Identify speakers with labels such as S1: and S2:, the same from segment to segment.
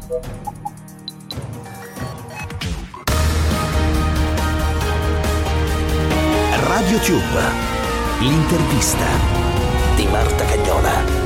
S1: Radio Tube, l'intervista di Marta Cagnola.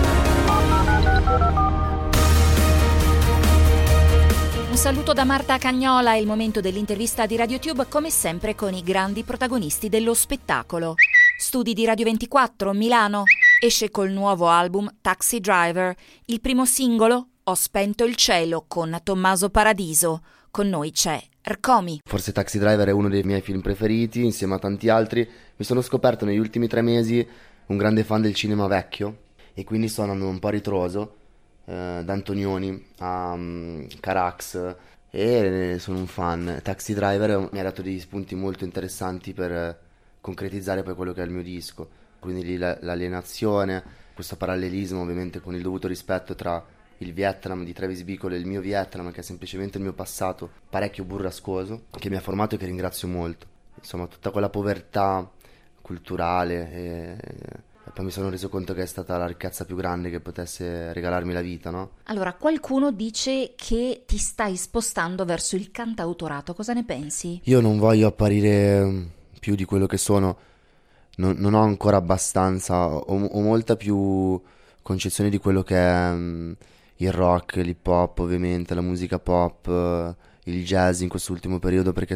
S2: Un saluto da Marta Cagnola, è il momento dell'intervista di Radio Tube, come sempre con i grandi protagonisti dello spettacolo. Studi di Radio 24, Milano. Esce col nuovo album Taxi Driver. Il primo singolo, Ho spento il cielo, con Tommaso Paradiso. Con noi c'è Rkomi.
S3: Forse Taxi Driver è uno dei miei film preferiti, insieme a tanti altri. Mi sono scoperto negli ultimi 3 mesi un grande fan del cinema vecchio e quindi sto andando un po' a ritroso, da Antonioni a Carax, e sono un fan. Taxi Driver mi ha dato degli spunti molto interessanti per concretizzare poi quello che è il mio disco. Quindi lì l'alienazione, questo parallelismo ovviamente con il dovuto rispetto tra il Vietnam di Travis Bickle e il mio Vietnam, che è semplicemente il mio passato parecchio burrascoso, che mi ha formato e che ringrazio molto. Insomma, tutta quella povertà culturale e poi mi sono reso conto che è stata la ricchezza più grande che potesse regalarmi la vita, no?
S2: Allora, qualcuno dice che ti stai spostando verso il cantautorato, cosa ne pensi?
S3: Io non voglio apparire più di quello che sono, non ho ancora abbastanza, ho molta più concezione di quello che è il rock, l'hip hop ovviamente, la musica pop, il jazz in quest'ultimo periodo perché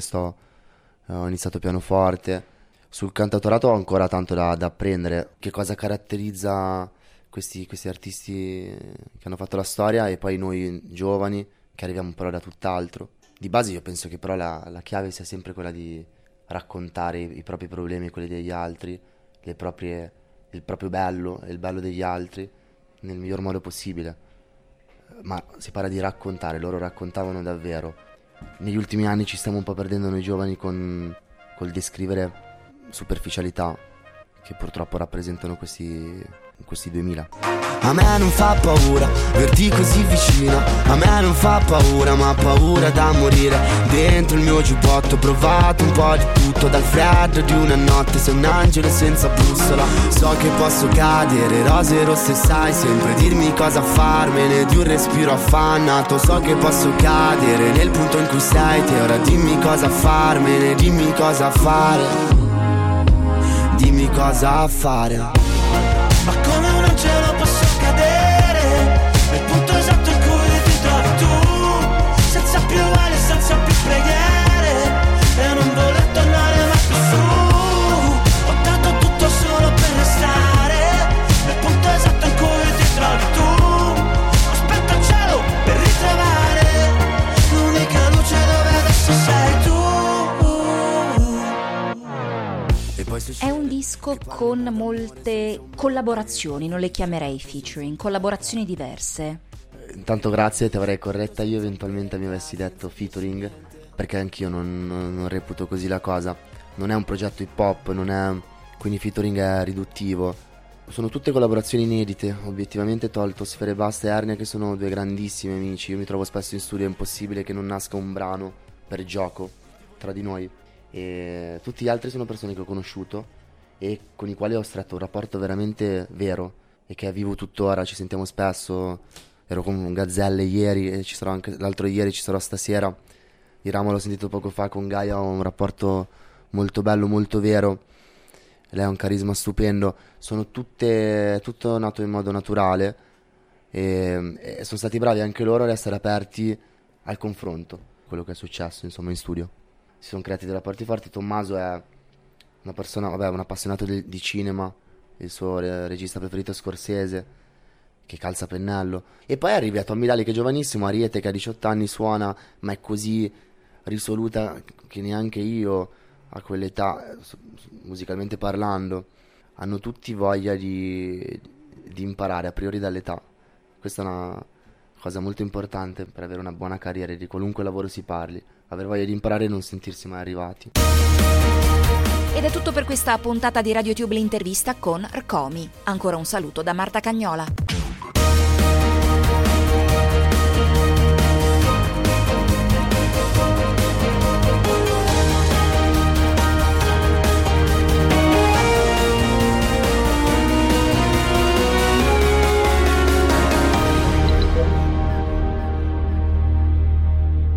S3: ho iniziato pianoforte. Sul cantautorato ho ancora tanto da apprendere, che cosa caratterizza questi artisti che hanno fatto la storia e poi noi giovani che arriviamo però da tutt'altro. Di base io penso che però la chiave sia sempre quella di raccontare i propri problemi e quelli degli altri, il proprio bello e il bello degli altri nel miglior modo possibile. Ma si parla di raccontare, loro raccontavano davvero. Negli ultimi anni ci stiamo un po' perdendo noi giovani col descrivere superficialità che purtroppo rappresentano questi 2000.
S4: A me non fa paura verti così vicino, a me non fa paura ma paura da morire. Dentro il mio giubbotto ho provato un po' di tutto, dal freddo di una notte sei un angelo senza bussola. So che posso cadere, rose rosse sai sempre dirmi cosa farmene di un respiro affannato. So che posso cadere nel punto in cui sei te, ora dimmi cosa farmene, dimmi cosa fare, dimmi cosa fare.
S5: Ma come un angelo posso cadere nel punto esatto in cui ti trovi tu, senza più ali, senza più preghiere, e non voler tornare mai più su. Ho dato tutto solo per restare nel punto esatto in cui ti trovi tu. Ho spento il cielo per ritrovare l'unica luce dove adesso sei tu.
S2: È un disco con molte collaborazioni, non le chiamerei featuring, collaborazioni diverse.
S3: Intanto grazie, ti avrei corretta io eventualmente mi avessi detto featuring, perché anch'io non reputo così la cosa. Non è un progetto hip hop, quindi featuring è riduttivo. Sono tutte collaborazioni inedite, obiettivamente tolto Sfere Basta e Ernia, che sono 2 grandissimi amici. Io mi trovo spesso in studio, è impossibile che non nasca un brano per gioco tra di noi. E tutti gli altri sono persone che ho conosciuto e con i quali ho stretto un rapporto veramente vero e che è vivo tuttora. Ci sentiamo spesso, ero con Gazzelle ieri e ci sarò anche l'altro ieri, ci sarò stasera. Iramo l'ho sentito poco fa, con Gaia ho un rapporto molto bello, molto vero. Lei ha un carisma stupendo. Sono tutto nato in modo naturale e sono stati bravi anche loro ad essere aperti al confronto, quello che è successo insomma in studio. Si sono creati dei rapporti forti. Tommaso è una persona, un appassionato di cinema, il suo regista preferito è Scorsese, che calza a pennello. E poi arrivi a Tommy Daly che è giovanissimo, Ariete che ha 18 anni suona, ma è così risoluta che neanche io a quell'età, musicalmente parlando. Hanno tutti voglia di imparare a priori dall'età. Questa è una cosa molto importante per avere una buona carriera, di qualunque lavoro si parli. Aver voglia di imparare e non sentirsi mai arrivati.
S2: Ed è tutto per questa puntata di Radio Tube l'intervista con Rkomi. Ancora un saluto da Marta Cagnola.